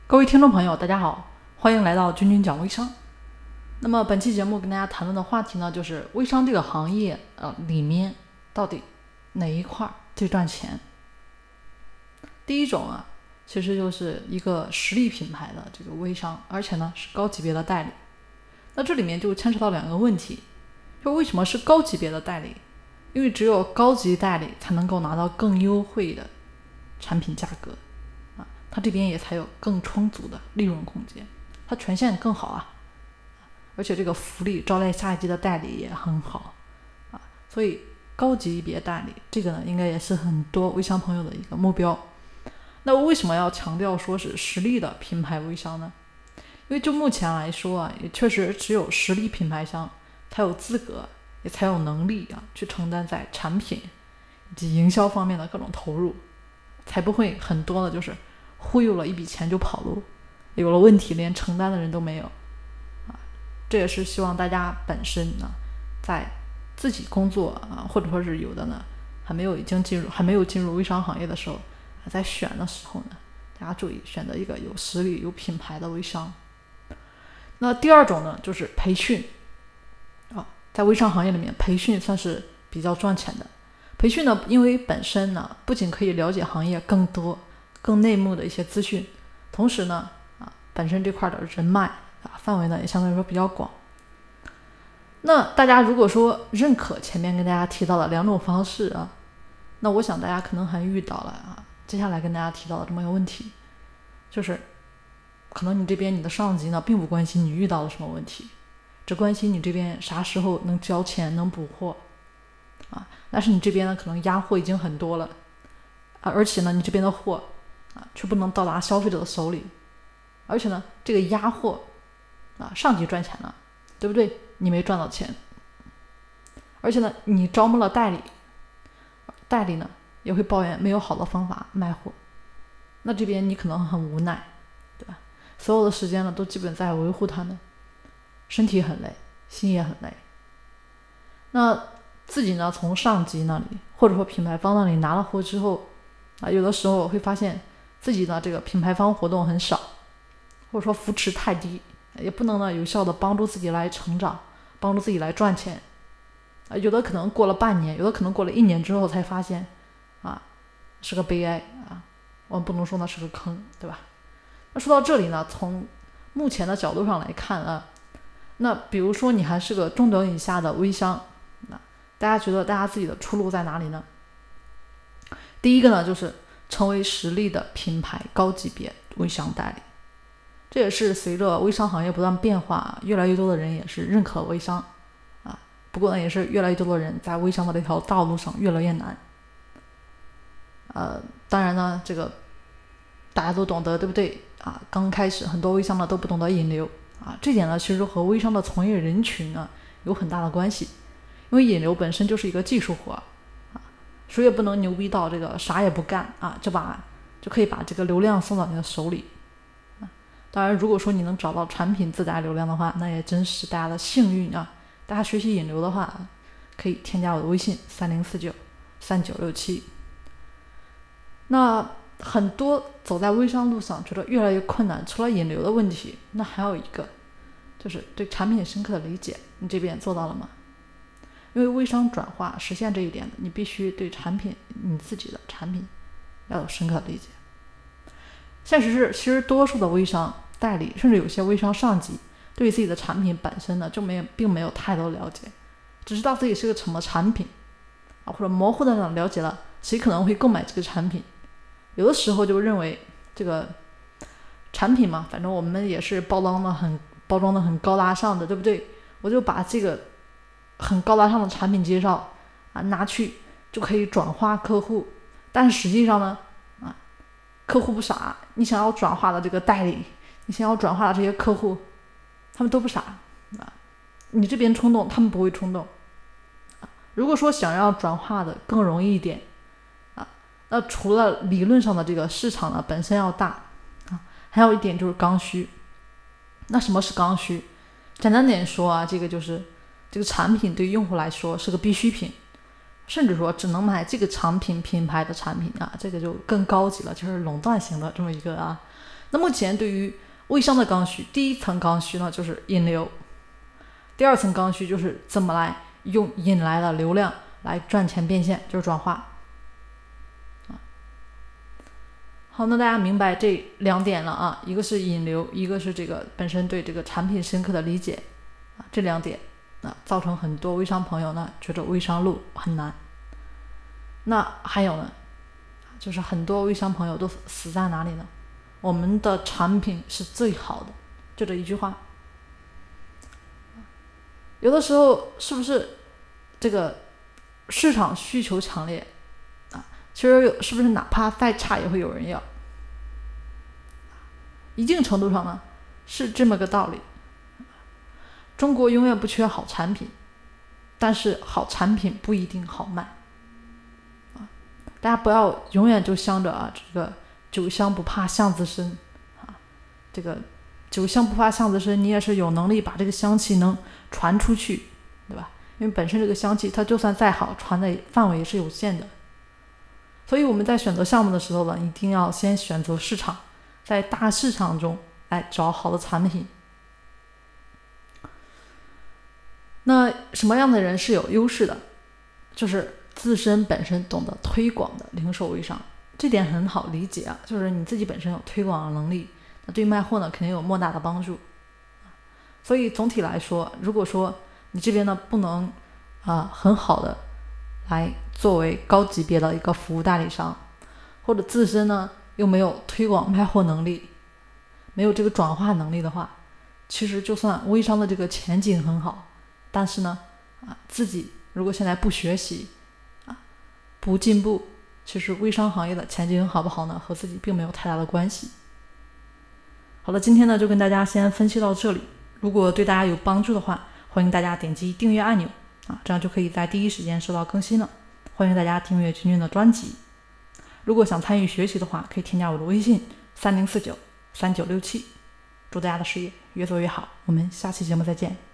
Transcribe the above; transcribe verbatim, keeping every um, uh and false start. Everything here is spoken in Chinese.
各位听众朋友，大家好，欢迎来到君君讲微商。那么本期节目跟大家谈论的话题呢，就是微商这个行业呃里面到底哪一块最赚钱？第一种啊，其实就是一个实力品牌的这个微商，而且呢是高级别的代理。那这里面就牵扯到两个问题，就为什么是高级别的代理？因为只有高级代理才能够拿到更优惠的产品价格。它这边也才有更充足的利润空间，它权限更好啊，而且这个福利招来下一级的代理也很好啊，所以高级别代理这个呢，应该也是很多微商朋友的一个目标。那我为什么要强调说是实力的品牌微商呢？因为就目前来说啊，也确实只有实力品牌商才有资格，也才有能力啊，去承担在产品以及营销方面的各种投入，才不会很多的就是忽悠了一笔钱就跑路，有了问题连承担的人都没有啊。这也是希望大家本身呢，在自己工作啊，或者说是有的呢还没有已经进入还没有进入微商行业的时候，在选的时候呢，大家注意选择一个有实力有品牌的微商。那第二种呢，就是培训啊，在微商行业里面，培训算是比较赚钱的。培训呢，因为本身呢，不仅可以了解行业更多更内幕的一些资讯，同时呢啊，本身这块的人脉啊范围呢也相对来说比较广。那大家如果说认可前面跟大家提到的两种方式啊，那我想大家可能还遇到了啊，接下来跟大家提到的这么一个问题，就是可能你这边你的上级呢并不关心你遇到了什么问题，只关心你这边啥时候能交钱能补货啊，但是你这边呢可能压货已经很多了啊，而且呢你这边的货啊，却不能到达消费者的手里，而且呢，这个压货啊，上级赚钱了，对不对？你没赚到钱，而且呢，你招募了代理，代理呢也会抱怨没有好的方法卖货，那这边你可能很无奈，对吧？所有的时间呢都基本在维护他们，身体很累，心也很累。那自己呢，从上级那里或者说品牌方那里拿了货之后啊，有的时候会发现自己的这个品牌方活动很少，或者说扶持太低，也不能呢有效的帮助自己来成长，帮助自己来赚钱啊。有的可能过了半年，有的可能过了一年之后才发现啊，是个悲哀啊，我们不能说那是个坑，对吧？那说到这里呢，从目前的角度上来看啊，那比如说你还是个中等以下的微商，那大家觉得大家自己的出路在哪里呢？第一个呢，就是成为实力的品牌高级别微商代理，这也是随着微商行业不断变化，越来越多的人也是认可微商啊。不过呢，也是越来越多的人在微商的这条道路上越来越难。呃，当然呢，这个大家都懂得，对不对啊？刚开始很多微商呢都不懂得引流啊，这点呢其实和微商的从业人群呢有很大的关系，因为引流本身就是一个技术活。谁也不能牛逼到这个啥也不干啊，就把就可以把这个流量送到你的手里啊。当然，如果说你能找到产品自带流量的话，那也真是大家的幸运啊。大家学习引流的话，可以添加我的微信三零四九三九六七。那很多走在微商路上觉得越来越困难，除了引流的问题，那还有一个就是对产品深刻的理解，你这边做到了吗？因为微商转化实现这一点，你必须对产品，你自己的产品要有深刻的理解。现实是，其实多数的微商代理，甚至有些微商上级，对自己的产品本身呢，就没有并没有太多了解，只知道自己是个什么产品啊，或者模糊的了解了谁可能会购买这个产品。有的时候就认为这个产品嘛，反正我们也是包装的很包装的很高大上的，对不对？我就把这个很高大上的产品介绍啊拿去就可以转化客户，但实际上呢啊，客户不傻，你想要转化的这个代理，你想要转化的这些客户，他们都不傻啊，你这边冲动，他们不会冲动啊。如果说想要转化的更容易一点啊，那除了理论上的这个市场呢本身要大啊，还有一点就是刚需。那什么是刚需？简单点说啊，这个就是这个产品对用户来说是个必需品，甚至说只能买这个产品品牌的产品啊，这个就更高级了，就是垄断型的这么一个啊那目前对于微商的刚需，第一层刚需呢就是引流，第二层刚需就是怎么来用引来的流量来赚钱变现，就是转化。好，那大家明白这两点了啊，一个是引流，一个是这个本身对这个产品深刻的理解啊，这两点啊，造成很多微商朋友呢觉得微商路很难。那还有呢，就是很多微商朋友都死在哪里呢？我们的产品是最好的，就这一句话。有的时候是不是这个市场需求强烈啊？其实有是不是哪怕再差也会有人要？一定程度上呢是这么个道理。中国永远不缺好产品，但是好产品不一定好卖啊！大家不要永远就想着啊，这个酒香不怕巷子深啊，这个酒香不怕巷子深，你也是有能力把这个香气能传出去，对吧？因为本身这个香气它就算再好，传的范围也是有限的。所以我们在选择项目的时候呢，一定要先选择市场，在大市场中来找好的产品。那什么样的人是有优势的？就是自身本身懂得推广的零售微商，这点很好理解啊，就是你自己本身有推广的能力，那对卖货呢肯定有莫大的帮助。所以总体来说，如果说你这边呢不能啊、呃、很好的来作为高级别的一个服务代理商，或者自身呢又没有推广卖货能力，没有这个转化能力的话，其实就算微商的这个前景很好，但是呢啊自己如果现在不学习啊不进步，其实微商行业的前景好不好呢和自己并没有太大的关系。好了，今天呢就跟大家先分析到这里，如果对大家有帮助的话，欢迎大家点击订阅按钮啊，这样就可以在第一时间收到更新了。欢迎大家订阅君君的专辑。如果想参与学习的话，可以添加我的微信三零四九三九六七。祝大家的事业越做越好，我们下期节目再见。